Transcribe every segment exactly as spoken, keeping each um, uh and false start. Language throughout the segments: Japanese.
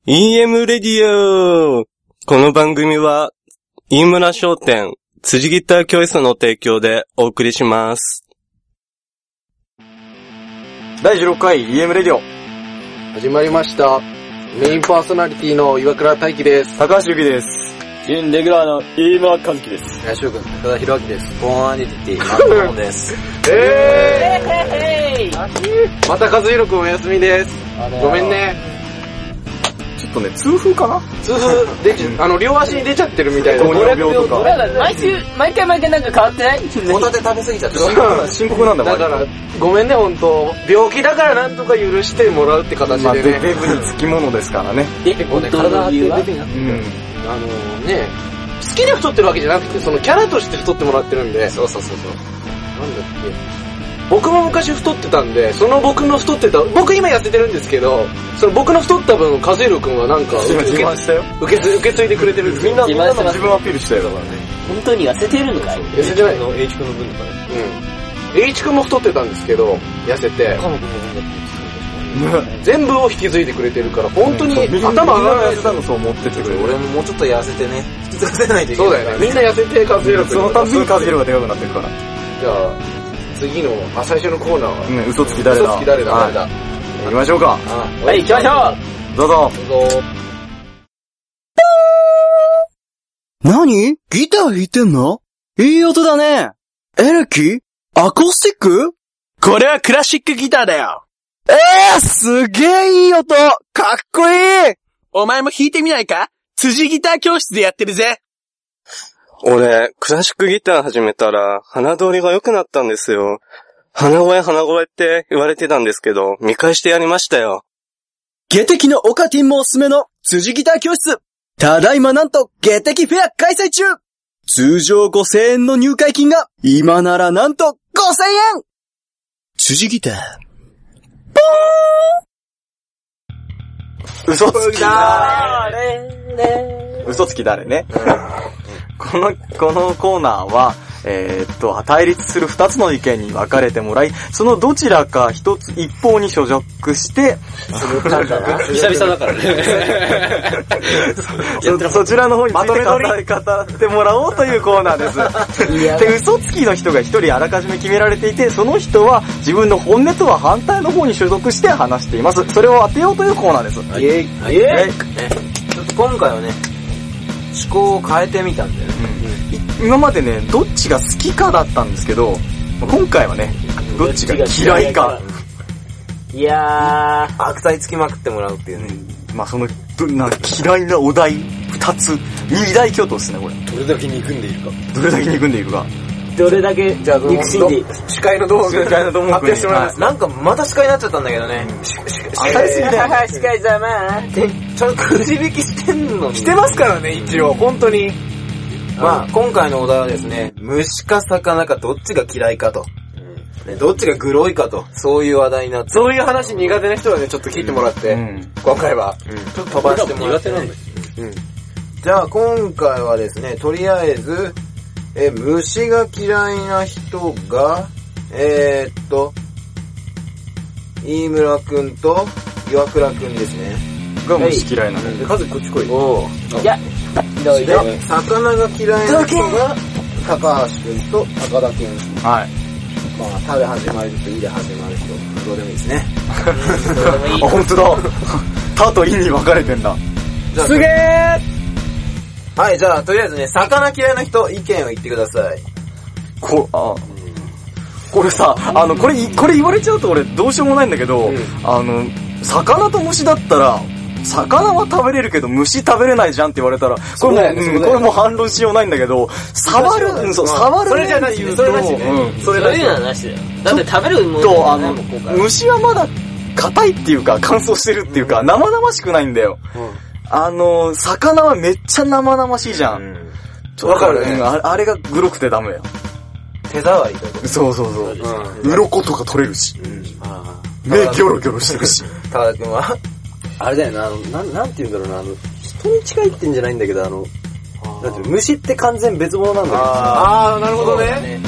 イーエム レディオ。この番組は、飯村商店、辻ギター教室の提供でお送りします。 だいじゅうろっかい イーエム レディオ。 始まりました。メインパーソナリティの岩倉大輝です。 高橋由紀です。 準レギュラーの飯村和樹です。 林翔くん、高田博明です。 ボーンアニティ、マットンです。 えーまた和弘くんお休みです。ごめんね。 ちょっとね、痛風かな痛風でち、あの、両足に出ちゃってるみたいな。 糖尿病とか。 毎週、毎回毎回なんか変わってない？ ホタテ食べ過ぎちゃって深刻なんだもん。 だから、ごめんね、ほんと。病気だからなんとか許してもらうって形でね。 まあ、デブにつきものですからね。 結構ね、体張って出てになってる。うん。あのね、好きで太ってるわけじゃなくて、そのキャラとして太ってもらってるんで。 そうそうそうそう。 なんだっけ。僕も昔太ってたんで、その僕の太ってた、僕今痩せてるんですけど、その僕の太った分、和弘くんはなんか、 今自慢したよ。 受け継、受け継いでくれてるんですよ。 みんな、みんなの自分アピールしたよ。だからね。 本当に痩せてるのかい？ 痩せてないの H 君の分とかね。 うん。H 君も太ってたんですけど、痩せて。 他の君の分だって全部を引き継いでくれてるから、本当に頭上がらない。 痩せたのそう思ってってくれる。 俺ももうちょっと痩せてね、引き継がせないといけない。 そうだよね。みんな痩せて、和弘くん。 そのたびに和弘がでかくなってるから。 じゃあ、次の、あ、最初のコーナーは。 うん、嘘つき誰だ嘘つき誰だ、誰だ。 行きましょうか。 はい、行きましょうどうぞ。 どうぞ。 何？ギター弾いてんの？いい音だね。エレキ？アコースティック？ これはクラシックギターだよ。 えー、すげえいい音！かっこいい！ お前も弾いてみないか？辻ギター教室でやってるぜ。 俺、クラシックギター始めたら、鼻通りが良くなったんですよ。鼻声鼻声って言われてたんですけど、見返してやりましたよ。 ゲテキのオカティンもおすすめの辻ギター教室。ただいまなんとゲテキフェア開催中。通常ごせんえんの入会金が、今ならなんとごせんえん。辻ギター。 嘘つきう。 嘘つき誰ね。この、このコーナーは、えー、っと、対立する二つの意見に分かれてもらい、そのどちらか一つ、一方に所属して、 久々だからね。 そ, そちらの方について語ってもらおうというコーナーです。で、嘘つきの人が一人あらかじめ決められていて、その人は自分の本音とは反対の方に所属して話しています。それを当てようというコーナーです。 イエイ。イエイ。ちょっと今回はね、思考を変えてみたんだよね。 うん、今までね、どっちが好きかだったんですけど、今回はね、どっちが嫌いか。 いやー、 悪態つきまくってもらうっていうね。 うん、まあその、な嫌いなお題二つ、二大巨頭ですね、これ。 どれだけ憎んでいるか。 どれだけ憎んでいるか。 どれだけ憎しんでいるか。 司会の道具。 司会の道具。 発表してもらいます。 なんかまた司会になっちゃったんだけどね。 当たりすぎだよ。 司会様。 ちゃんとくじ引きしてんのに。 してますからね、一応。本当に。 まあ、今回のお題はですね、虫か魚かどっちが嫌いかと。ね、どっちがグロいかと。そういう話題になって。 そういう話苦手な人はね、ちょっと聞いてもらって。うん、今回は、 うん。ちょっと飛ばしてもらって、ね。苦手なんだけど。うん。じゃあ、今回はですね、とりあえず、え、虫が嫌いな人が、えー、っと、飯村くんと岩倉くんですね。 が虫嫌いなの。 で、数こっち来い。 おー。いや、ひどいで、魚が嫌いな人が、高橋くんと高田くん。 はい。 まあ、たで始まる人、いで始まる人、どうでもいいですね。 どうでもいい。 あ、ほんとだ。たといに分かれてんだ。 すげー。 はい、じゃあ、とりあえずね、魚嫌いな人、意見を言ってください。 こ、あ、これさ、あの、これ、これ言われちゃうと俺どうしようもないんだけど、うん、あの、魚と虫だったら、魚は食べれるけど虫食べれないじゃんって言われたら、これも、ねうん、これも反論しようないんだけど、触る、うん、そう、触る。 それじゃなしね、それなしね。 うん、それなしだよ。だって食べるものと、あの、虫はまだ硬いっていうか、乾燥してるっていうか、生々しくないんだよ。うんあの、魚はめっちゃ生々しいじゃん。 わ、うん、かるね、 うん。あれがグロくてダメよ。 手触りとか。 そうそうそう。うん。鱗とか取れるし。うん、目ギョロギョロしてるし。 高田くんはあれだよな、あの、なん、なんて言うんだろうな、あの、人に近いってんじゃないんだけど、あの、なんていうの、虫って完全別物なんだけど。 あー、なるほどね。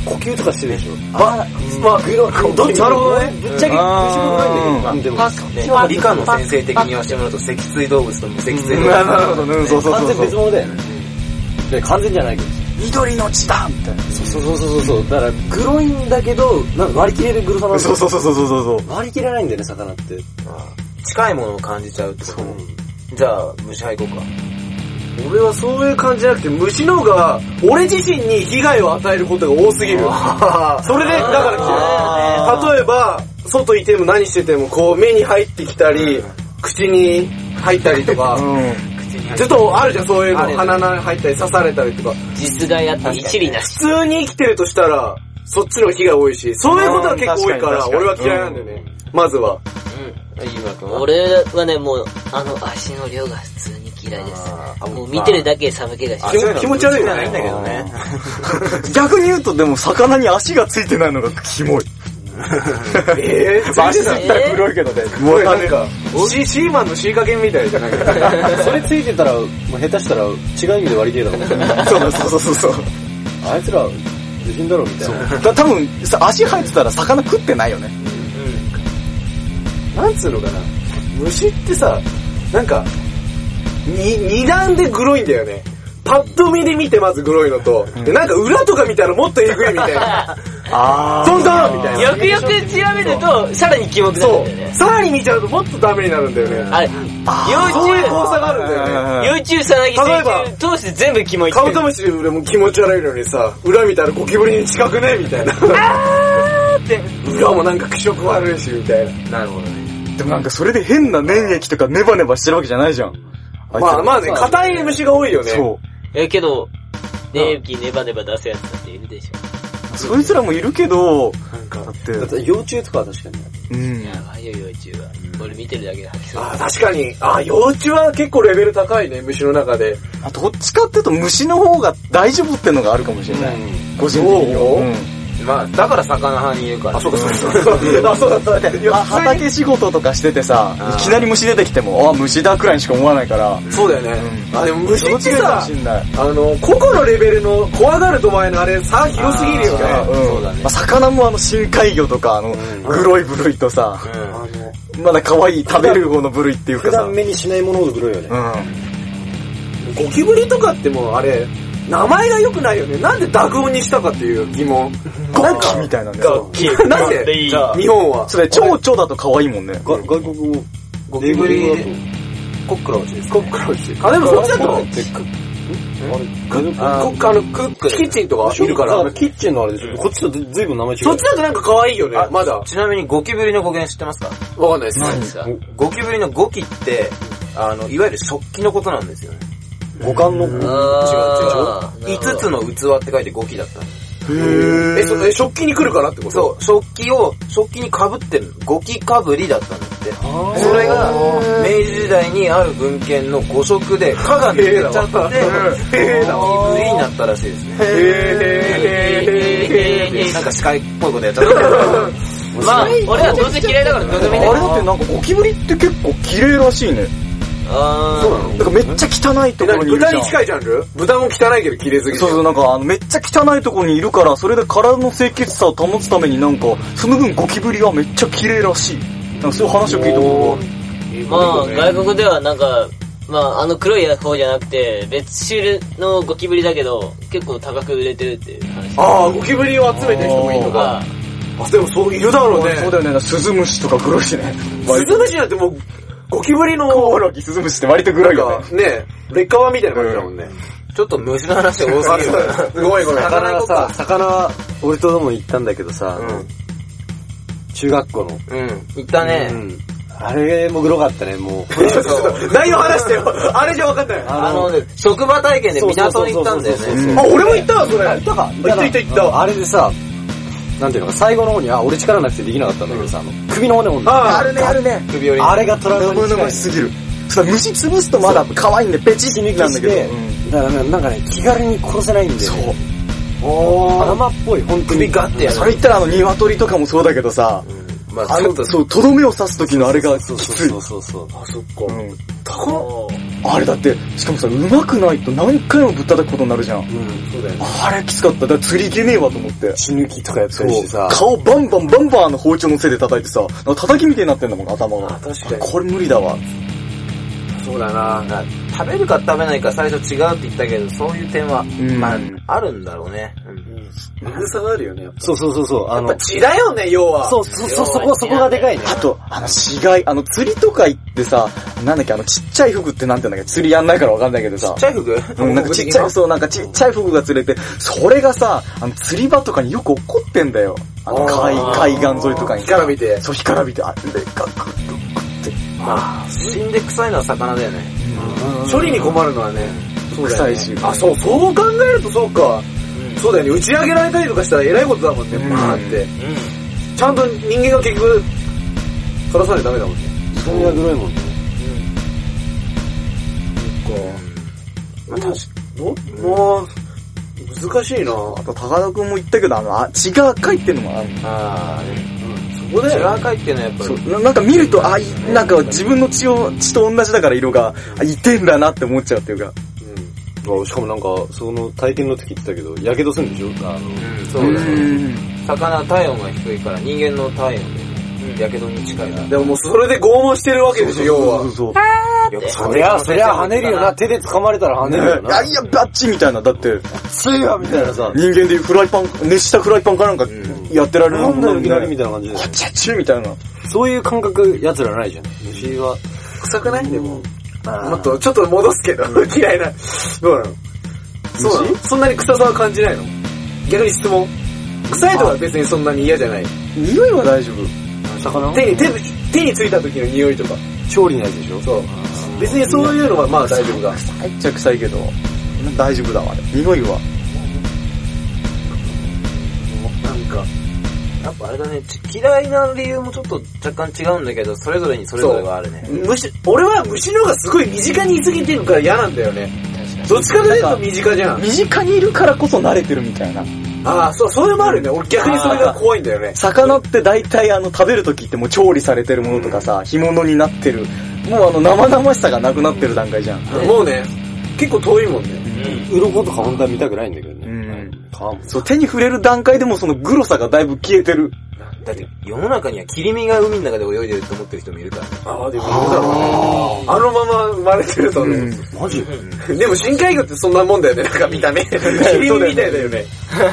呼吸とかしてるでしょ。 あ、まあ、どっちなるほどね。 ぶっちゃけ、虫もないんだけど、まあ、でも、 理科の先生的に言わせてもらうと、脊椎動物と無脊椎動物。 なるほどね、そうそうそう。 完全別物だよね。で、完全じゃないけど。 緑の血だみたいな。 そうそうそうそう。だから、グロいんだけど、なん割り切れるグロさなんだよ。 そうそうそうそうそう。 割り切れないんだよね、魚って。 近いものを感じちゃうってこと。じゃあ、虫派行こうか。 俺はそういう感じじゃなくて、虫の方が、俺自身に被害を与えることが多すぎる。それで、だから、例えば、外いても何してても、こう、目に入ってきたり、口に入ったりとか、ちょっとあるじゃん、そういうの。鼻に入ったり刺されたりとか。 実害あって一理なし。 普通に生きてるとしたら、そっちの被害多いし、そういうことが結構多いから、俺は嫌いなんだよね。まずは。 俺はね、もう、あの足の量が普通に嫌いです。もう見てるだけ寒気がして。気持ち悪いじゃないんだけどね。 逆に言うとでも魚に足がついてないのがキモい。 えぇ、 足ついたら黒いけどね。 もうなんか、シーマンの C 加減みたいじゃないそれついてたら、もう下手したら違う意味で割り切れたかもしれない。 そうそうそうそう。 あいつら、自信だろみたいな。多分、足生えてたら魚食ってないよね。 なんつうのかな。虫ってさ、なんか、に、二段でグロいんだよね。パッと見で見てまずグロいのと、うん、でなんか裏とか見たらもっとエグいみたいな。 あー。どんどんみたいな。 よくよく調べると、さらにキモくなるんだよね。 そう。さらに見ちゃうともっとダメになるんだよね。 あれ、 あそういう交差があるんだよね。 幼虫さなぎ成虫通して全部キモいって。 カブトムシで俺も気持ち悪いのにさ、裏見たらゴキブリに近くねみたいな。 あーって。 裏もなんか気色悪いし、みたいな。 なるほどね。 でもなんかそれで変な粘液とかネバネバしてるわけじゃないじゃん。 まあまあね、硬い虫が多いよね。 そう。 え、けど、粘液ネバネバ出すやつだっているでしょ。 そいつらもいるけど、 なんか、だって、だって幼虫とかは確かに。 うん。やばいよ、幼虫は。俺見てるだけで吐きそう。 ああ、確かに。ああ、幼虫は結構レベル高いね、虫の中で。 あ、どっちかっていうと虫の方が大丈夫ってのがあるかもしれない。うん、個人的には。 まあ、だから魚派にいるから。 あ、そうかそうかそうか。あ、そうだった。 畑仕事とかしててさ、いきなり虫出てきても、あ、虫だくらいにしか思わないから。 そうだよね。あ、でも虫ってさ、あの、個々のレベルの怖がると前のあれ、差広すぎるよね。 そうだね。魚もあの深海魚とか、あの、グロい部類とさ、まだ可愛い食べる方の部類っていうかさ。 普段目にしないものほどグロいよね。 ゴキブリとかってもうあれ、名前が良くないよね。なんで濁音にしたかっていう疑問。 ゴッキみたいなね。 なんで日本は。 それ、蝶々だと可愛いもんね。 外国語。 ゴキブリ、コックローチです。 コックローチ。あ、でもそっちだと、あれ、あの、クック、キッチンとかいるから。 キッチンのあれでしょ。こっちとずいぶん名前違う。 そっちだとなんか可愛いよね、まだ。 ちなみにゴキブリの語源知ってますか？ わかんないです。 何ですか？ゴキブリのゴキって、あの、いわゆる食器のことなんですよね。 五感の違う違う。 五つの器って書いてゴキだったの。 へえ、それ食器に来るからってこと？ そう、食器を、食器に被ってる。ゴキかぶりだったんだって。それが、明治時代にある文献の誤植で、蚊が抜けちゃって、ゴキブリになったらしいですね。へー。なんか司会っぽいことやっちゃった。 まあ、俺はどうせ嫌いだからどうでもいいんだよ。 あれだってなんかゴキブリって結構綺麗らしいね。 あー。 そうなの？なんかめっちゃ汚いところにいるじゃん。 豚に近いジャンル？豚も汚いけど綺麗すぎる。 そうそう、なんかあのめっちゃ汚いところにいるから、それで体の清潔さを保つためになんか、その分ゴキブリはめっちゃ綺麗らしい。なんかそういう話を聞いたことがある。 まあ、外国ではなんか、まあ、あの黒い方じゃなくて、別種類のゴキブリだけど、結構高く売れてるっていう話。 ああ、ゴキブリを集めてる人もいるのか。あ、でもそういるだろうね。 そうだよね、スズムシとか黒いしね。 スズムシなんてもう、ゴキブリの、 コオロギ、スズムシって割と黒いよね。 ねえ、劣化みたいな感じだもんね。 ちょっと虫の話多すぎるから。 すごいごめん。 魚はさ、魚は、俺とでも行ったんだけどさ、中学校の。 うん。行ったね。 あれもグロかったね、もう。 内容話してよ。あれじゃ分かんない。 あのね、職場体験で港に行ったんだよね。 あ、俺も行ったわ、それ。行ったか。行った行った行った。 あれでさ、なんていうのか、最後の方に、あ、俺力なくてできなかったんだけどさ、あの、首の骨もんだ。 あ、あるね、あるね。 首折り。 あれがトラウマに近い。 すぎる。さ、虫潰すとまだ可愛いんで、ペチッなんだけど。 だからなんかね、気軽に殺せないんだよね。そう。おー。生っぽい、ほんとに。 首ガッてやる。 それ言ったらあの、鶏とかもそうだけどさ、 まあ、あの、そう、とどめを刺す時のあれがきつい。 そうそうそう。 あ、そっか。 うん。高あれだって、しかもさ、上手くないと何回もぶったたくことになるじゃん。 うん、そうだよね。 あれきつかった。だから釣りいけねえわと思って。 血抜きとかやったりしてさ。 顔バンバンバンバンあの包丁の背で叩いてさ、なんか叩きみたいになってんだもん、頭が。 あ、確かに。 これ無理だわ。 そうだな。食べるか食べないか最初違うって言ったけど、そういう点は、まあ、あるんだろうね。 むぐさがあるよね、やっぱ。 そうそうそうそう。 あの、やっぱ血だよね、要は。 そうそうそう、そこ、そこがでかいね。 あと、あの、死骸、あの、釣りとか行ってさ、なんだっけ、あの、ちっちゃい服ってなんて言うんだっけ、釣りやんないからわかんないけどさ。 ちっちゃい服うん、なんかちっちゃい、そう、なんかちっちゃい服が釣れて、それがさ、あの、釣り場とかによく起こってんだよ。あの、海、海岸沿いとかに。 干からびて。 そう、干からびて、あれが、グッグッグッって。 まあ、死んで臭いのは魚だよね。 処理に困るのはね、 臭いし。 あ、そう、そう考えるとそうか。そうだよね、打ち上げられたりとかしたら偉いことだもんね、バーって。ちゃんと人間が結局、殺さないとダメだもんね。 それがグロいもんね。 うん。まあ、確かに。もう、難しいな。 あと、高田くんも言ったけど、あの、あ血が赤いってのもある。 ああ、ね。 そこだよ。 血が赤いってのはやっぱり。 そう、なんか見ると、あ、なんか自分の血を、血と同じだから色が、あ、いてんだなって思っちゃうっていうか。 しかもなんか、その体験の時言ってたけど、やけどするんでしょあの、 うん、そうだね。魚は体温が低いから人間の体温で、やけどに近いな。 でももうそれで拷問してるわけでしょ、要は。 そうそう。 そりゃ、そりゃ跳ねるよな。手で掴まれたら跳ねるよな。 いやいや、バッチみたいな。だって、 ついわみたいなさ。 人間でフライパン、熱したフライパンかなんかやってられるもんだよ、いきなりみたいな感じで。 こっちゃっちゅうみたいな。 そういう感覚、奴らないじゃん。虫は。 臭くないでも。もっと、ちょっと戻すけど、嫌いな。どうなのそうなのそんなに臭さは感じないの逆に質問。臭いとか別にそんなに嫌じゃない。 匂いは大丈夫。 魚手に、手、手についた時の匂いとか。 調理のやつでしょそう。別にそういうのはまあ大丈夫だ。 臭いっちゃ臭いけど、大丈夫だわ、ね。匂いは。 なんか、 やっぱあれだね、嫌いな理由もちょっと若干違うんだけど、それぞれにそれぞれがあるね。 虫、俺は虫の方がすごい身近にいすぎてるから嫌なんだよね。どっちかというと身近じゃん。 身近にいるからこそ慣れてるみたいな。 ああ、そう、それもあるね。俺逆にそれが怖いんだよね。 魚って大体あの食べるときってもう調理されてるものとかさ、干物になってる。もうあの生々しさがなくなってる段階じゃん。 もうね、結構遠いもんね。 うん。鱗とか本当は見たくないんだけどね。 うん。そう、手に触れる段階でもそのグロさがだいぶ消えてる。 だって世の中には切り身が海の中で泳いでると思ってる人もいるからね。 ああ、でもいるだろうね。あのまま生まれてるとね。 マジでも深海魚ってそんなもんだよね。なんか見た目。切り身みたいだよね。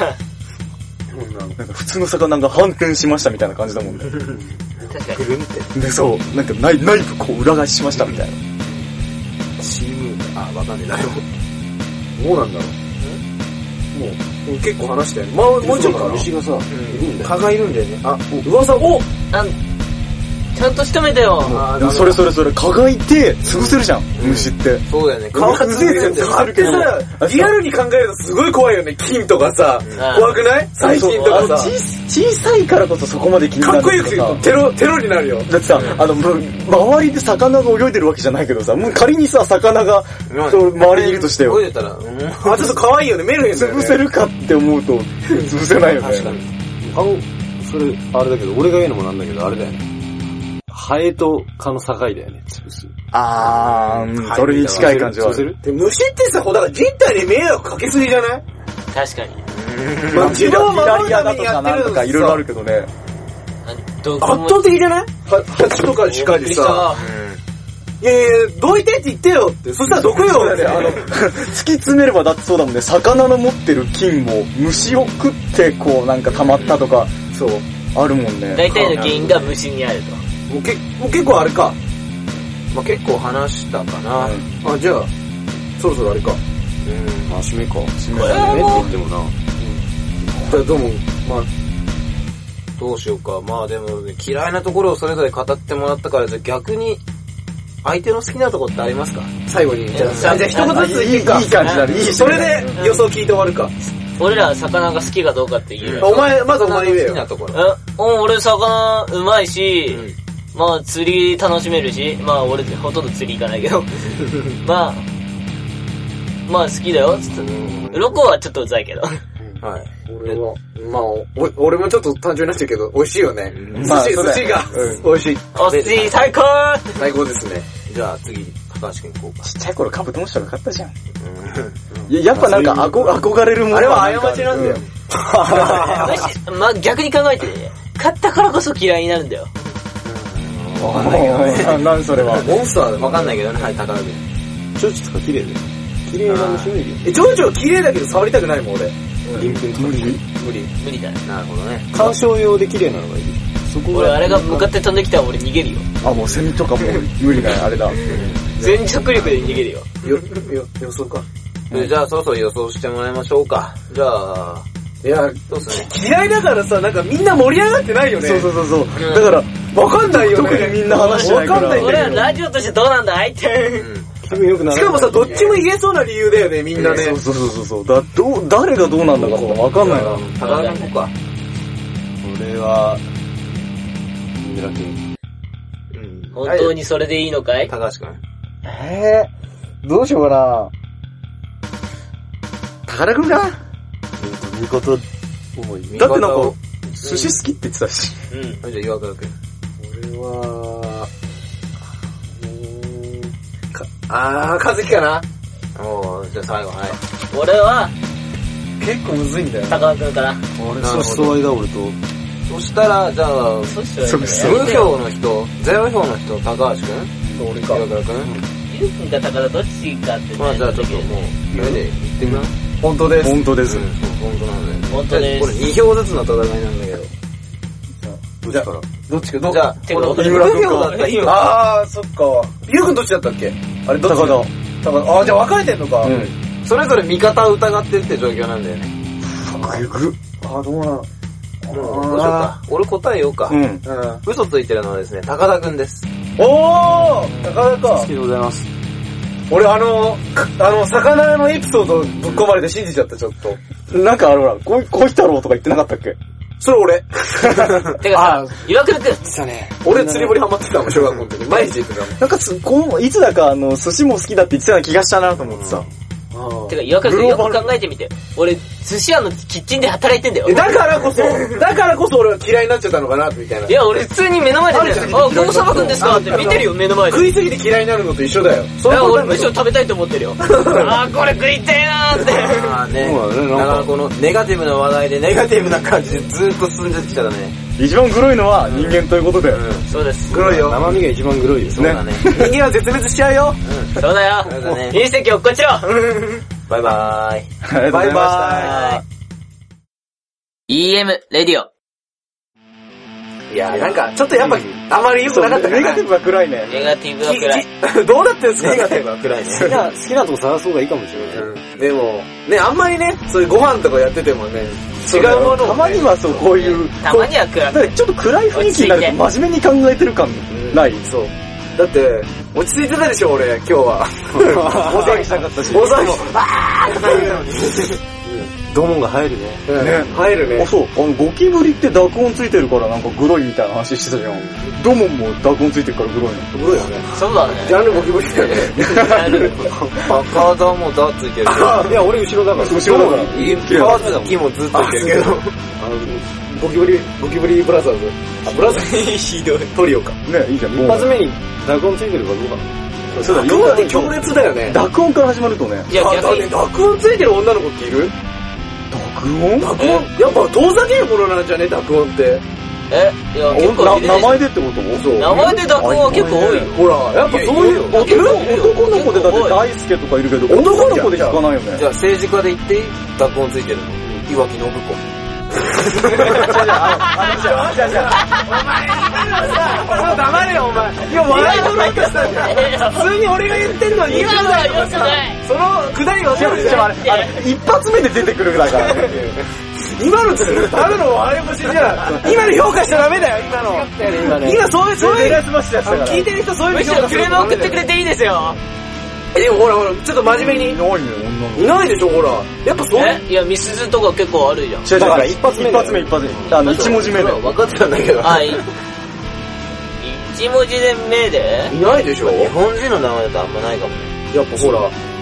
なんか普通の魚が反転しましたみたいな感じだもんね。 確かに。ぐるんって。 で、そう、なんかナイナイフこう裏返ししましたみたいな。 チーム、あ、わかんねえなよ。 どうなんだろう。もう、結構話したよね。まあ、もうちょいかな。 虫がさ、いるんだよ。 蚊がいるんだよね。あ、噂、おあちゃんと仕留めたよ。 でもそれそれそれ、蚊がいて、潰せるじゃん、虫って。 そうだよね。 蚊は潰せるじゃん。蚊ってさ、リアルに考えるとすごい怖いよね。菌とかさ、怖くない細菌とかさ。 小さいからこそそこまで気になる。 かっこよく言うとテロ、テロになるよ。 だってさ、あの、周りで魚が泳いでるわけじゃないけどさ、もう仮にさ、魚が、そう、周りにいるとしてよ。 泳いでたら、 あ、ちょっと可愛いよね。メルヘンだよね。 潰せるかって思うと、潰せないよね。 確かに。 あの、それ、あれだけど、俺が言うのもなんだけど、あれだよね。ハエと蚊の境だよね、潰す。 あー、それに近い感じはある。 で、虫ってさ、だから人体に迷惑かけすぎじゃない確かに。 まあ、自分を守るためにとかなんとかいろいろあるけどね。 圧倒的じゃない蜂とか鹿にさ、いやいや、どいてって言ってよって。そしたら毒よって。あの、 突き詰めればだってそうだもんね。魚の持ってる菌も虫を食ってこうなんか溜まったとか、そう、あるもんね。 大体の原因が虫にあると。 もうけもう結構あれか。 まあ、結構話したかな。 うん、あ、じゃあ、そろそろあれか。 うん。まあ、締めか。締めだねって言ってもな。 じゃあどうも、まあ、 どうしようか。まあでも、ね、嫌いなところをそれぞれ語ってもらったから、じゃあ逆に、相手の好きなところってありますか？ 最後に。じゃあ、じゃあ一言ずつ言ってか。 いい感じだね。いい。 それで予想聞いて終わるか。 俺ら魚が好きかどうかって言うよ。 お前、まずお前言えよ。 好きなところ。 え、俺魚うまいし、うん、まあ釣り楽しめるし、まあ俺ほとんど釣り行かないけど、まあ、まあ好きだよ、つって。ロコはちょっとうざいけど。 はい。 俺は、まあ、お、俺もちょっと単純になっちゃうけど、美味しいよね。 まあ、 寿司、寿司が、美味しい。 お寿司最高最高ですね。 じゃあ次、 高橋くん行こうか。 ちっちゃい頃カブトムシとか買ったじゃん。いや、やっぱなんかあこ憧れるものあれは過ちなんだよ。 まあ、逆に考えてね。買ったからこそ嫌いになるんだよ。 わかんないけどね。何それは。 モンスターわかんないけどね、はい、高橋くん。 チョウチョとか綺麗だよ。綺麗な虫もいるよ。 え、ちょうちょ綺麗だけど触りたくないもん、俺。 リンクンとか。無理。 無理。 無理だね。 なるほどね。 鑑賞用で綺麗なのがいい。そこ俺、あれが向かって飛んできたら俺逃げるよ。 あ、もうセミとかもう無理だよ、あれだ。 全速力で逃げるよ。 よ、よ、予想か。 じゃあ、そろそろ予想してもらいましょうか。じゃあ、 いや、 どうする嫌いだからさ、なんかみんな盛り上がってないよね。 そうそうそうそう。 うんだから、 わかんないよね。 特にみんな話してないから。 わかんないんだ俺けど。 はラジオとしてどうなんだいって。 気分良くなる。 しかもさ、どっちも言えそうな理由だよね、みんなね。 そうそうそうそう。だ、どう、誰がどうなんだかとかわかんないな。 高田くん行こうか。 俺は、三村くん。 うん。 本当にそれでいいのかい？ 高橋くん。 えー、どうしようかな。高田くんかな。 味方思い。 だってなんか、寿司好きって言ってたし。 うん。 じゃあ、岩倉くん。 俺は、うーん、か、あー、和樹かな。 おー、じゃあ最後、はい。 俺は、 結構むずいんだよ。 高田くんかな。 俺、そしと間俺と、 そしたら、じゃあ、 そしたら、 無票の人、ゼロ票の人、高橋くん俺か。 岩倉くんゆうくんか高田どっちかってね。 まあじゃあちょっともう、上で言ってくな。 本当です。 本当です。 本当なんだよ。 本当ですじゃあこれに票ずつの戦いなんだけど。 どっちからどっちか、どっじゃあ、 てかこれ、 俺無票だったらいいよ。 あー、そっか。ゆうくんどっちだったっけあれ、どっち高田。 高田。あー、じゃあ分かれてんのか。 うん。 それぞれ味方を疑ってるって状況なんだよね。 ぐぐ。 あー、どうなのもう、どうしようか。俺答えようか。 うん。 うん。 嘘ついてるのはですね、高田くんです。 おー高田か好き。でございます。 俺あの、かあの、魚のエピソードぶっ込まれて信じちゃった、ちょっと。 なんかあれほら、こい、こい太郎とか言ってなかったっけ？ それ俺。 てかさ、岩倉くん。 俺釣り堀ハマってたもん、小学校の時。毎日行ってたもん。 なんかつ、こう、いつだかあの、寿司も好きだって言ってたような気がしたなと思ってさ。 てか、岩倉くんよく考えてみて。俺、寿司屋のキッチンで働いてんだよえ。だからこそ、だからこそ俺は嫌いになっちゃったのかな、みたいな。 いや、俺普通に目の前でね、あ、こうさばくんですかって見てるよ、目の前で。 食いすぎて嫌いになるのと一緒だよ。 いや、俺むしろ食べたいと思ってるよ。あー、これ食いてえなーって。 まあね、 そうだねなんかだからこのネガティブな話題でネガティブな感じでずっと進んできたらね。 一番グロいのは人間ということだよ。 そうです。 黒いよ。 生身が一番グロいよ。 そうだね。 人間は絶滅しちゃうよ。 そうだよ。 そうだね。 隕石落っこちろ。 バイバーイ。 ありがとうございました。 イーエム レディオ。 いや、なんか、ちょっとやっぱ、あまり良くなかったかな。 ネガティブは暗いね。 ネガティブは暗い。 きどうだってんすかネガティブは暗いね。 好きな、好きなとこ探す方がいいかもしれない。 うんでも、ね、あんまりね、そういうご飯とかやっててもね、違うものをねたまにはそう、こういう、 たまには暗く。 なんかちょっと暗い雰囲気になると真面目に考えてる感ない。 そう。だって、落ち着いてたでしょ、俺、今日は。 大騒ぎしたかったし。 大騒ぎも、あーとか言うのに。 ドモンが入るね。 ね、入るあ、 ね。 そう。あの、ゴキブリって濁音ついてるからなんかグロいみたいな話してたじゃん。ドモンも濁音ついてるからグロいの。 すごいよね。 そうだね。 ジャンルゴキブリだよね。 高田もダーツいてるけど。 いや、俺後ろだから。 後ろだから。 川津木もずっといてるけど。 あの、ゴキブリ、ゴキブリブラザーズ。あ、ブラザーズ。ひどい。トリオか。 ね、いいじゃん。 一発目に濁音ついてるかどうか。 そうだ、 濁音って強烈だよね。 濁音から始まるとね。 いや、 あ、だ逆にって。濁音ついてる女の子っている濁音濁音やっぱ遠ざけるものなんじゃね濁音って。 え、いや、結構いるでしょ名前でってことそう。 名前で濁音は結構多いよ。 ほら、やっぱそういう、 男男の子でだって大輔とかいるけど、男の子で聞かないよね。 じゃあ政治家で言っていい濁音ついてるの。岩木信子。 黙れよ、お前。いや、笑い取ろうとしたんじゃん。普通に俺が言ってんのに。 今のは良くない。 そのくだりを全部あれ、あれ、一発目で出てくるだから。 今のずっとあるの笑い節じゃん。今の評価しちゃダメだよ、今の。今そういう、そういう、聞いてる人そういうむしろクレーム送ってくれていいですよ。 でもほらほら、ちょっと真面目に。 いないね、女の子。 いないでしょ、ほら。やっぱそういう。 えいや、ミスズとか結構あるじゃん。 だから一発目。一発目、一発目。あの、一文字目で。 分かってたんだけど。 あ、い一文字で目でいないでしょ。 日本人の名前だとあんまないかもね。 やっぱほら、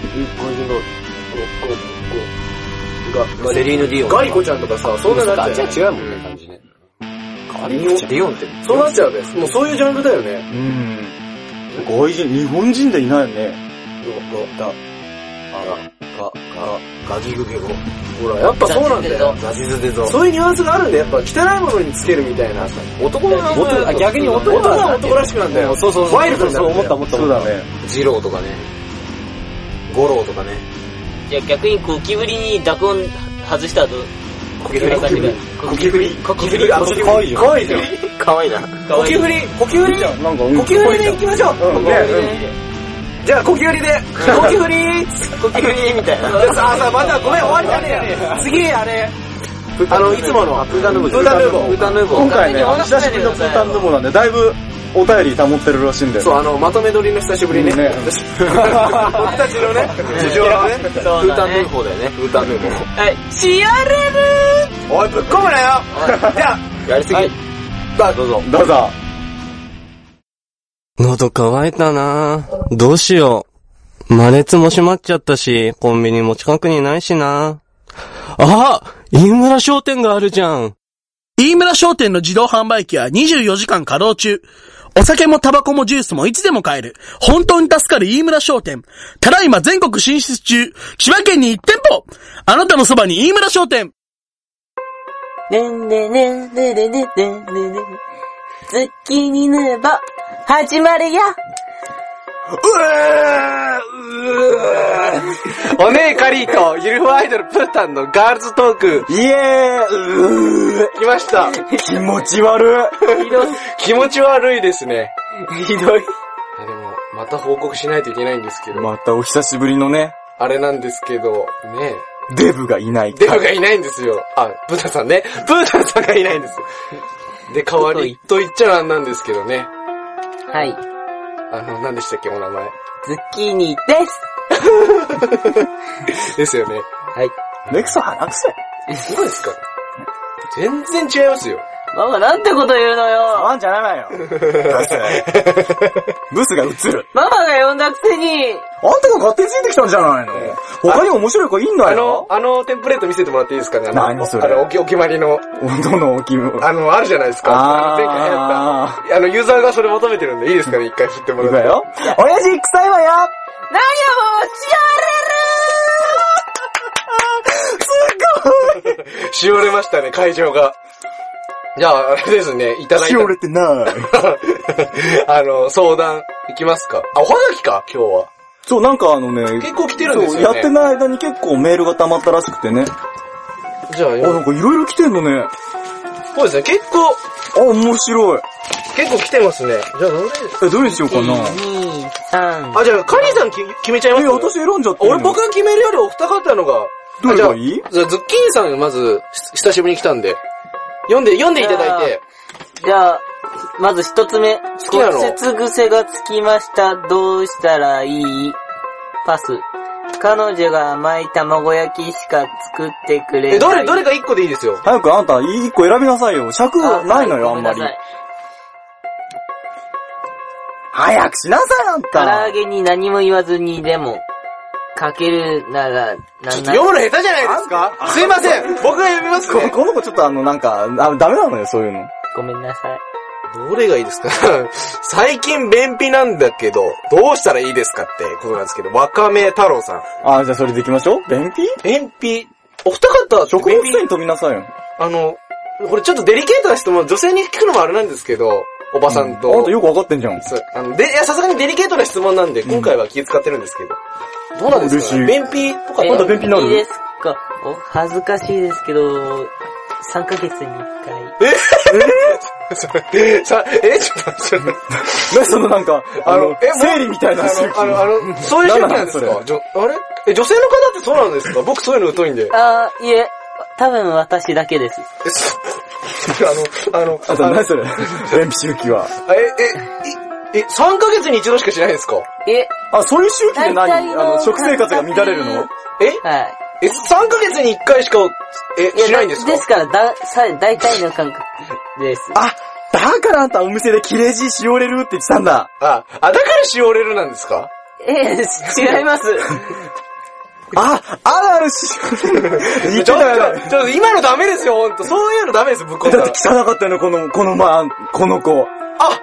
セリーヌ・ディオン。 ガリコちゃんとかさ、そんななっちゃう。 違うもんね、感じね。 ガリコちゃん。ディオンって。 そうなっちゃうね。もうそういうジャンルだよね。 うん。 外人、日本人でいないよね。 だ、あら、が、が、ガギグゲゴ。 ほら、やっぱそうなんだよ。 ガジズデゾ。 そういうニュアンスがあるんだよ。やっぱ汚いものにつけるみたいな。男の名前あ、逆に男男は男らしくなんだよ。 そうそうそう。 ワイルドになるんだよ。 そう思った思った。そうだね。 ジローとかね。ゴローとかね。 じゃあ逆にゴキブリに濁音外した後、 ゴキブリ、ゴキブリ。 ゴキブリ、 ゴキブリ、ゴキブリ。 可愛いじゃん。 可愛いじゃん。 かわいいな。 ゴキブリ、ゴキブリ、 なんか、 ゴキブリで行きましょう。 うん、ね、 じゃあ、ゴキブリで、ゴキブリゴキブリみたいな。 さあさあ、またごめん、終わりじゃねえや。次、あれ。あの、いつもの、プータンヌーボー。プータンヌーボー。 プータンヌーボー。 今回ね、久しぶりのプータンヌーボーなんで、だいぶお便り保ってるらしいんで。 そう、あの、まとめ撮りの久しぶりね。 ね僕たちのね、事情をね、 プータンヌーボーだよね、プータンヌーボー。 はい、しやれるおい、ぶっ込むなよ。じゃあ、 やりすぎ。 どうぞ。 どうぞ。 喉乾いたなぁ。どうしよう。マレツも閉まっちゃったし、コンビニも近くにないしな。あ、飯村商店があるじゃん。 飯村商店の自動販売機はにじゅうよじかん稼働中。お酒もタバコもジュースもいつでも買える。本当に助かる飯村商店。ただいま全国進出中。千葉県にいち店舗。あなたのそばに飯村商店。 ねんねねんねねねねねね。ズッキーニヌーボー、始まるよ。 おねえカリーとゆるふわアイドルプータンのガールズトーク。 イエーイ。 来ました。 気持ち悪い。 ひどい。 気持ち悪いですね。 ひどい。 でも、また報告しないといけないんですけど。 またお久しぶりのね、 あれなんですけど、ねデブがいない。 デブがいないんですよ。あ、プータンさんね。プータンさんがいないんです。で、代わりと言っちゃなんなんですけどね。 はい。 あの、何でしたっけ、お名前。 ズッキーニです。 ですよね。 はい。 ネクソ鼻くせ。 そうですか。全然違いますよ。 ママなんてこと言うのよ。 ワンじゃないわよ。ブスが映る。 ママが呼んだくせに。 あんたが勝手についてきたんじゃないの。他に面白い子いんのあのよ。、 あのテンプレート見せてもらっていいですかね。あの何それあの、おき、お決まりの、 どの大きいの。 あの、あるじゃないですか。 あー前回流行った。あの、ユーザーがそれ求めてるんでいいですかね、一回振ってもらって。 いくわよ。親父臭いわよ。 なんやもう、 しおれましたね、会場が。じゃあ、あれですね、いただいた。 しおれてない。 あの、相談、いきますか。あ、おはがきか、今日は。 そう、なんかあのね、 結構来てるんですよね。 そう、やってない間に結構メールが溜まったらしくてね。 じゃあ、 あ、なんかいろいろ来てんのね。 そうですね、結構、 あ、面白い。 結構来てますね。じゃあ、どれえ、どれにしようかな。 に、さん。 あ、じゃあ、カニさんき決めちゃいますえ、私選んじゃっていいの。 俺僕が決めるよりお二方のが。 どれがいい？ じゃあ、ズッキーニさんまず、久しぶりに来たんで。読んで、読んでいただいて。 じゃあ、まず一つ目。 好きなの骨折癖がつきました。どうしたらいい？パス。彼女が甘い卵焼きしか作ってくれない。 え、どれ、どれか一個でいいですよ。 早くあんた一個選びなさいよ。尺ないのよ、あんまり。早くしなさい、あん唐た。 揚げに何も言わずにでも、かけるなら、なん読むの下手じゃないですか？すいません。僕が読みますね。 ここの子ちょっとあの、なんか、あ、ダメなのよ、そういうの。 ごめんなさい。 どれがいいですか？最近便秘なんだけど、どうしたらいいですかってことなんですけど、わかめ太郎さん。 あ、じゃあそれでいきましょう。便秘？ 便秘。お二方、 食物繊維飛びなさいよ。 あの、これちょっとデリケートな質問、女性に聞くのもあれなんですけど、おばさんと。 うん、あんたよくわかってんじゃん。 そう。あの、で、いや、さすがにデリケートな質問なんで、今回は気遣ってるんですけど。どうなんですかね？便秘とか、 あんた便秘なる？ いいですか？お、恥ずかしいですけど、さんかげつにいっかい。 えそれ、さ、えちょっと、ちょっと。 何そのなんか、あの、生理みたいな周期。 あの、あの、そういう周期なんですか？じょあれえ、女性の方ってそうなんですか？僕そういうの疎いんで。 あー、いえ、多分私だけです。 え、そ、あの、あの、 あと何それ？便秘周期は。 え、え、え、さんかげつに一度しかしないんですか？ え、 あ、そういう周期で何？あの、食生活が乱れるの？ えはい。 え、さんかげつにいっかいしか、え、しないんですか？ ですから、だ、さ、大体の感覚です。 あ、だからあんたお店で切れ字しおれるって言ってたんだ。 あ、あ、だからしおれるなんですか？ ええ、違います。 あ、あるあるしおれる。言ってちょたよね。 っと、ちょっと今のダメですよ、ほんと。そういうのダメです、ぶっこんだら。 だって汚かったよね、この、このま、この子。 あ、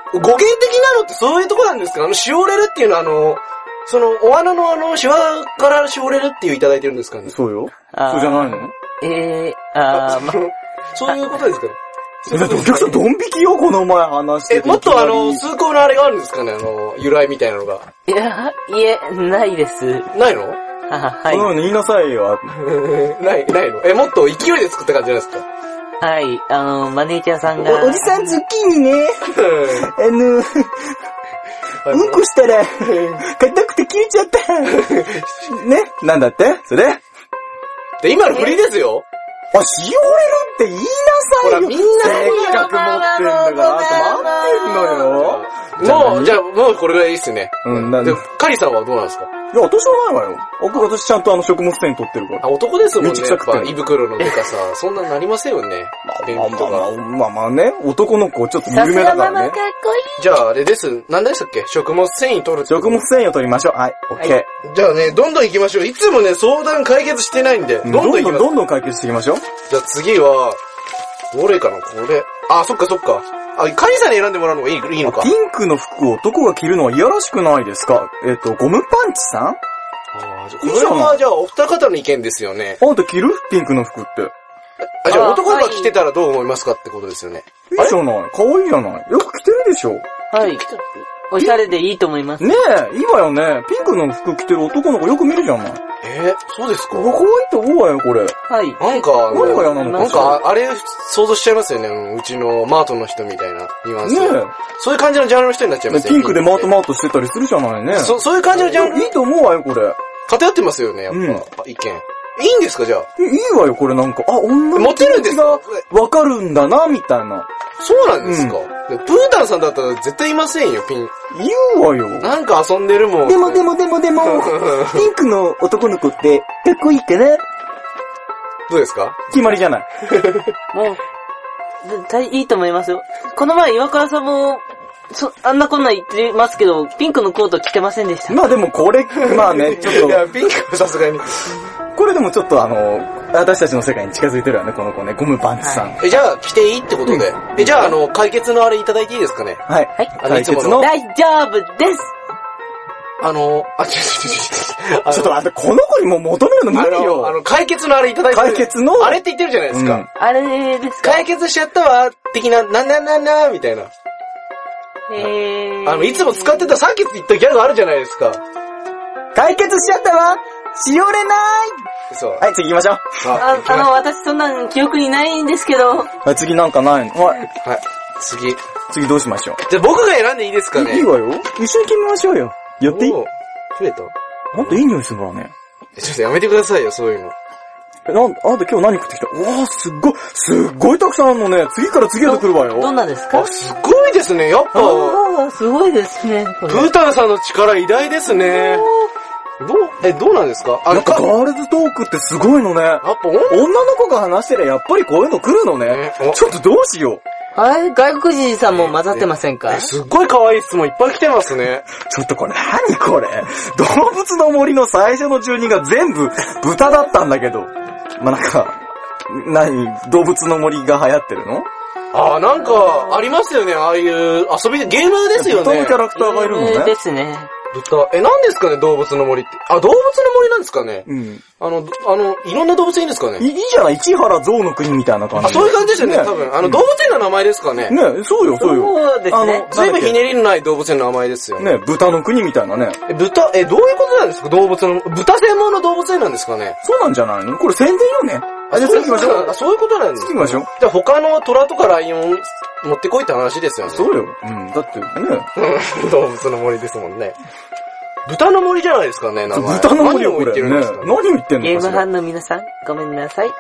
語源的なのってそういうとこなんですか？あの、しおれるっていうのはあの、その、お花のあの、シワからしおれるっていういただいてるんですかね？ そうよ。 あーそうじゃないの？ えー、あー、ま、 そういうことですかね？ だってお客さんドン引きよ、この前話してえ、 て。 もっとあの、崇高なあれがあるんですかね？あの、由来みたいなのが。 いや、いえ、ないです。 ないの？ あ、 そのようはに言いなさいよ。 ない、ないの？え、もっと勢いで作った感じじゃないですか？ い。はい、あの、マネージャーさんが。 おじさんズッキーニね。あの、うんこしたら、硬くて切れちゃった。 ね、なんだってそれで、今の振りですよ。 あ、しおれるって言いなさいよ。 ほらみんなせっかく持ってんだから、あと待ってんのよ。 もう、じゃあ、もうこれぐらいいいっすね。 うん、なんでで。、 カリさんはどうなんですか？ いや、私はないわよ。僕、私ちゃんとあの食物繊維取ってるから。 あ、男ですもんね。 めちゃくちやっぱ、 ゃ食ってる胃袋のデカさ、そんななりませんよね。便秘とか。 まあまあまあまあね、男の子ちょっとさす有名だからねがママかっ。こいい。 じゃあ、あれです。何でしたっけ？食物繊維取るってこと食物繊維を取りましょう。はい、オッケー。 じゃあね、どんどん行きましょう。いつもね、相談解決してないんで、どんどん行きます。 どんどん解決していきましょう。 じゃあ次は、どれかなこれ。あ、そっかそっか。あ、カリさんに選んでもらうのがいいいいのか。 ピンクの服を男が着るのは嫌らしくないですか？えっと、ゴムパンチさん？ あーじゃあこれは、じゃあ、お二方の意見ですよね。 あんた着る？ピンクの服って。 あ、じゃあ、 あー男が着てたらどう思いますかってことですよね。 いいじゃない。可愛いじゃない。よく着てるでしょ。 はい。おしゃれでいいと思います。 ねえ、いいわよね。ピンクの服着てる男の子よく見るじゃない。 えー、そうですか？ 可愛いと思うわよ、これ。 はい。 なんか、 何が嫌なのなんか、あれ、想像しちゃいますよね。うちのマートの人みたいなニュアンス。 ねそういう感じのジャンルの人になっちゃいますよえ。ピンクでマートママートしてたりするじゃないね。 そ、そういう感じのジャンルいいと思うわよ、これ。 偏ってますよね、やっぱ、 うん意見。いいんですか、じゃあ。 いいわよ、これなんか。あ、女のモテるんですか？ がわかるんだな、みたいな。 そうなんですか、でプータンさんだったら絶対いませんよ、ピン。 言うわよ。 なんか遊んでるもん。 でもでもでもでも、ピンクの男の子って、かっこいいかな？ どうですか？ 決まりじゃない。 もう、絶対いいと思いますよ。この前、岩倉さんも、そ、あんなこんな言ってますけど、ピンクのコート着てませんでした。 まあでもこれ、まあね、ちょっいや、 と、 ピンクはさすがに。 これでもちょっとあの、私たちの世界に近づいてるよね、この子ね、ゴムパンチさん。 え、じゃあ、着ていいってことで。え、じゃあ、あの、解決のあれいただいていいですかね？ はい。 はい。 あの、いつもの。 解決の、 大丈夫です。 あの、あ、ちょ、ちょ、ちょ、ちょ、あのちょっと待って、この子にもう求めるの無理あの、あよ。 の、解決のあれいただいてる解決のあれって言ってるじゃないですか。 うんあれですか？ 解決しちゃったわ、的な、な、な、な、な、みたいな。 えー。 あの、いつも使ってた、さっき言ったギャグあるじゃないですか。 解決しちゃったわしおれないそう。 はい、次行きましょう。 あ、あの、私そんなん記憶にないんですけど。 はい、次なんかないの？はい。 はい。次。 次どうしましょう？ じゃあ僕が選んでいいですかね？ いいわよ。一緒に決めましょうよ。やっていい？ おー増えた？ ほんといい匂いするからね。 えちょっとやめてくださいよ、そういうの。 え、なん、あんた今日何食ってきた？うわー、すっごい、すっごいたくさんあるのね。次から次へと来るわよ。 どんなですか？ あ、すごいですね。やっぱ、 ああ、すごいですね。これプータンさんの力偉大ですね。どう、え、どうなんですか？あの、 やっぱか、 ガールズトークってすごいのね。 やっぱ女女の子が話してりゃやっぱりこういうの来るのねね。おちょっとどうしよう。 はい、外国人さんも混ざってませんか？ えすっごい可愛い質問いっぱい来てますね。 ちょっとこれ何これ。動物の森の最初の住人が全部豚だったんだけど。まあ、なんか、何動物の森が流行ってるの？ あー、なんか、ありますよね、ああいう遊びで、ゲームですよね豚のキ。ャラクターがいるのえーね。 ですね。 豚。え、何ですかね、動物の森って。あ、動物の森なんですかね。 うん。 あの、あの、いろんな動物いいんですかね。 いいいじゃない市原象の国みたいな感じ。 あ、そういう感じですよね、 ね多分。あの、動物園の名前ですかね。 ねそうよ、そうよ。 そうですね。 あのずいぶんひねりのない動物園の名前ですよね。 ね豚の国みたいなね。 え、豚、え、どういうことなんですか動物の、豚専門の動物園なんですかね。 そうなんじゃないの？これ宣伝よね。あ、じゃあ次行きましょう。 あ、そういうことなんです次行きましょう。 じゃあ他の虎とかライオン持ってこいって話ですよね。 そうよ。うん。だってね。 動物の森ですもんね。豚の森じゃないですかね、名前。 豚の森よ、これ。 何を言ってるんねですかね。 何を言ってんゲームファのかしら。 ンの皆さん、ごめんなさい。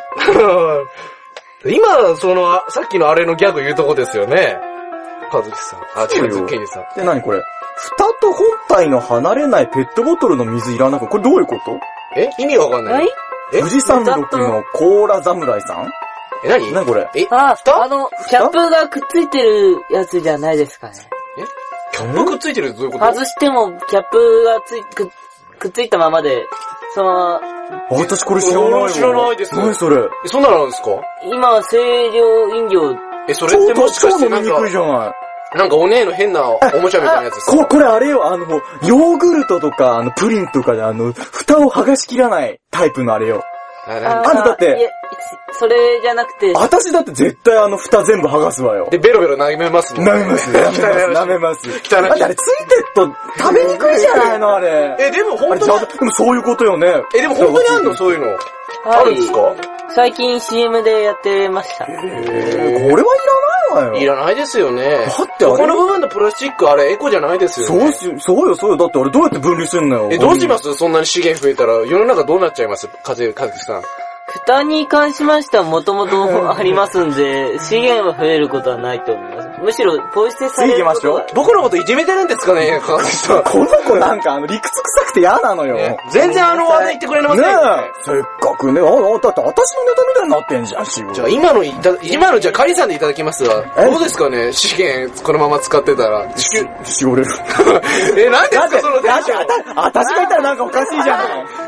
今、その、あさっきのあれのギャグ言うとこですよね。かずきさん。あ、違う、 そうよズッキーニさん。 で、何これ。蓋と本体の離れないペットボトルの水いらなく、これどういうことえ意味わかんない。 はいえ富士山麓のコーラ侍さんえ、何何これえ、 あ、 蓋あの、キャップがくっついてるやつじゃないですかね。 キャップくっついてるってどういうこと外してもキャップがつい、く、くっついたままで、そのまま、 あ、私これ知らないわ。 知らないです何それ。 え、そんなのなんですか今は清涼飲料、 え、それってもしか超してなんか飲みにくい、じゃない。 なんかお姉の変なおもちゃみたいなやつですか？ こ、これあれよ、あの、ヨーグルトとか、あの、プリンとかで、あの、蓋を剥がしきらないタイプのあれよ。 あ、 あなんあんただっていや、それじゃなくて、 私だって絶対あの、蓋全部剥がすわよ。 で、ベロベロ舐めますもん。 舐めます、舐めます、舐めます。 汚いだってあれついてっと食べにくいじゃないの、あれ。 え、でもあ本当に、 れちゃんと、でもそういうことよね。 え、でも本当にあんのそういうの。あるんですか？ 最近 シーエム でやってました。 えー、これはいらないわよ。 いらないですよね。 だってあれここの部分のプラスチックあれエコじゃないですよね。 そうし、そうよ、そうよ。だってあれどうやって分離すんのよ。 え、どうしますそんなに資源増えたら世の中どうなっちゃいます風、風さん。 蓋に関しましてはもともとありますんで、資源は増えることはないと思います。むしろ、ポイ捨てされることが。 僕のこといじめてるんですかね、風さん。 この子なんかあの、理屈臭くて嫌なのよ。 ね、全然あの話題言ってくれませんよね。 ねえ。せっかくね、あ、あ、だって私のネタみたいになってんじゃん、しじゃあ今のいた、今のじゃあカリさんでいただきますわ。どうですかね資源このまま使ってたら。 し、しおれる。 え、なんですかそのテンション。 私が言ったらなんかおかしいじゃない。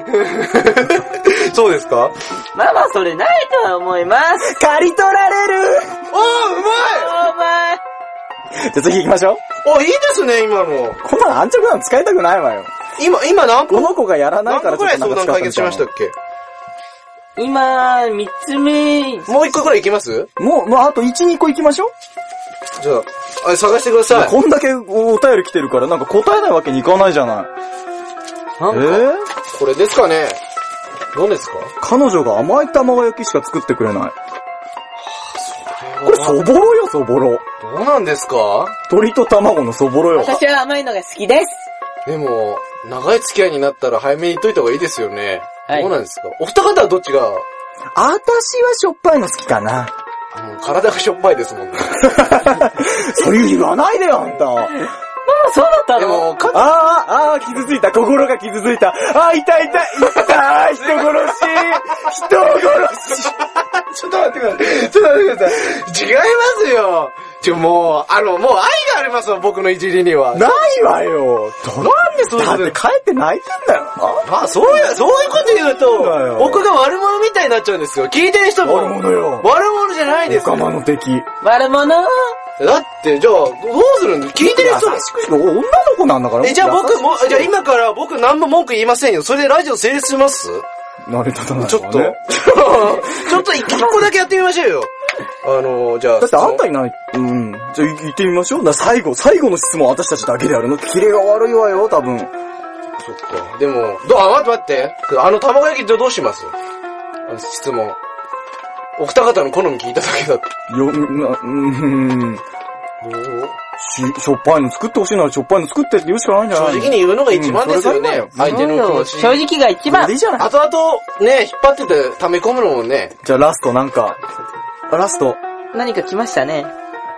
そうですかまあまあそれないとは思います。 刈り取られる。 おー、うまいお前じゃあ次行きましょう。 お、いいですね、今の。 こんなの安直なの使いたくないわよ。 今、今何個この子がやらないから何個ぐらい相談解決しましたっけ？ 今、三つ目。 もう一個ぐらいいきます？ もう、もうあといち、にこ行きましょう。 じゃあ、あ探してください。 こんだけお便り来てるからなんか答えないわけにいかないじゃない。えー、 これですかね？どうですか？ 彼女が甘い卵焼きしか作ってくれない。これそぼろよ、そぼろ。 どうなんですか？ 鶏と卵のそぼろよ。 私は甘いのが好きです。 でも、長い付き合いになったら早めに言っといた方がいいですよね。 はい。 どうなんですか？お二方はどっちが？ 私はしょっぱいの好きかな。 もう体がしょっぱいですもんね。 そういう言わないでよ、あんた。 ママそうだったの？ でも、かあー、あー、傷ついた。心が傷ついた。あー、痛い痛い。痛い。人殺し。人殺し。 ちょっと待ってください。ちょっと待ってください。違いますよ。ちょ、もう、あの、もう愛がありますよ、僕のいじりには。 ないわよ。 なんでそうだって帰って泣いてんだよ。 あ、そういう、そういうこと言うと、僕が悪者みたいになっちゃうんですよ。聞いてる人も。 悪者よ。 悪者じゃないですよ。 オカマの敵。 悪者だって、じゃあ、どうするんです？聞いてる人優しく女の子なんだから。 え、じゃあ僕も、じゃあ今から僕何も文句言いませんよ。それでラジオ成立します？ 成り立たない、ね。 ちょっと。ちょっと一個だけやってみましょうよ。あの、じゃあ。 だってあんたいない。うん。じゃあ行ってみましょう。だ最後、最後の質問私たちだけでやるの。キレが悪いわよ、多分。 そっか。でも、ど、あ、待って待って。あの卵焼きどうします？質問。お二方の好み聞いただけだって。 よ、な、うーん。 どう？ し、しょっぱいの作ってほしいならしょっぱいの作ってって言うしかないんじゃない正直に言うのが一番ですよね。 うん、 相手の気持ち。 正直が一番。 いいじゃない。 後々、ね、引っ張ってて溜め込むのもね。 じゃあラストなんか、ラスト。 何か来ましたね。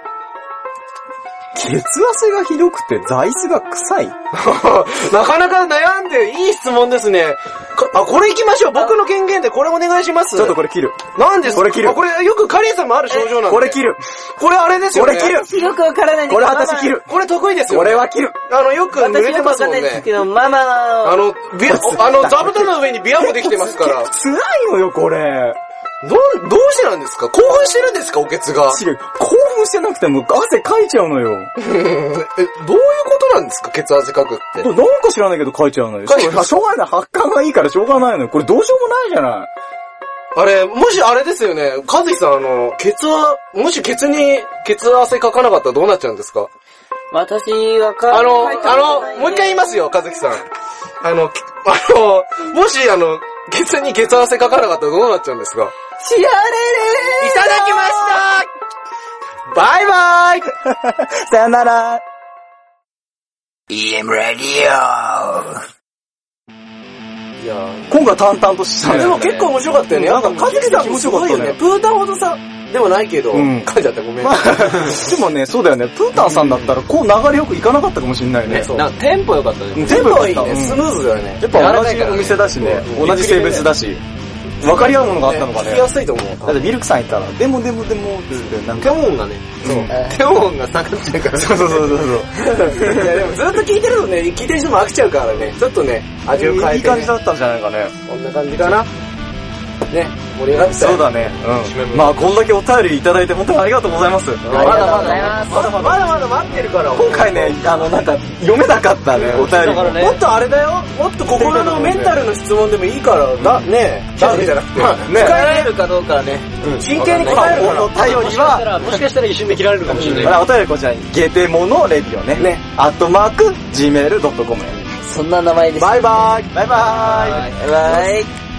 血汗がひどくて座椅子が臭いなかなか悩んでいい質問ですね。あ、これ行きましょう。僕の権限でこれお願いします。 ちょっとこれ切る。 なんですか？ これ切る。 これよくカリーさんもある症状なんで。 これ切る。 これあれですよね。 これ切る。 よくわからないんだけど。 これ私切る。 これ得意ですよね。 これは切る。 あの、よく濡れてますもんね。 私よくわかんないですけど、ママあの、ビあの、座布団の上にビアもできてますから。 辛いのよ、これ。 どう、どうしてなんですか？興奮してるんですか？おけつが。 違う。興奮してなくても汗かいちゃうのよ。 え、どういうことなんですか？血圧かくって。 なんか知らないけどかいちゃうのよ。しょうがない。発汗がいいからしょうがないのよ。これどうしようもないじゃない。 あれ、もしあれですよね。かずひさん、あの、血圧、もしケツに血汗かかなかったらどうなっちゃうんですか？ 私はか、 あの、あの、もう一回言いますよ、かずきさん。あの、あの、もしあの、ケツに血汗かかなかったらどうなっちゃうんですか？ 知られるいただきましたバイバイさよならイーエム ラディいや今回淡々としたね。 でも結構面白かったよね。 なんか、かずきさん面白かったね。 プータンほどさ、でもないけど、 うん噛んじゃったごめん。 まあ、でもね、そうだよね。プータンさんだったら、こう流れよくいかなかったかもしんないね。 そうなんかテンポ良かったね。 全部はいいね。 うんスムーズだよね。 やっぱ同じお店だしね。同じ性別だし。分かり合うものがあったのかね。 聞きやすいと思う。 だってミルクさんいたら、でもでもでも、つって、なんテか。 オンがね、そう。テオンが下がっちゃうから。 そうそうそうそう。 いやでもずっと聞いてるとね、聞いてる人も飽きちゃうからね、ちょっとね、味を変えて、ね。 いい感じだったんじゃないかね。 こんな感じかな。 ね、盛り上がってたよ。 そうだね。うん。まあ、こんだけお便りいただいて本当にありがとうございます。 ありがとうございます。 まだまだ、 まだまだ待ってるから。 今回ね、あの、なんか、読めなかったね、お便り。 だからねもっとあれだよ、もっと心のメンタルの質問でもいいから、だ、ねえ、ダメじゃなくて。 ね、 使えるかどうかはね。 真剣に答えるから。 お便りは、 もしかしたら一瞬で切られるかもしれない。 まあお便りこちらに、ゲテモノレディオね。 ね。 アットマーク、ジーメールドットコム へ。 そんな名前です。 バイバイ。 バイバーイ。 バイバイ。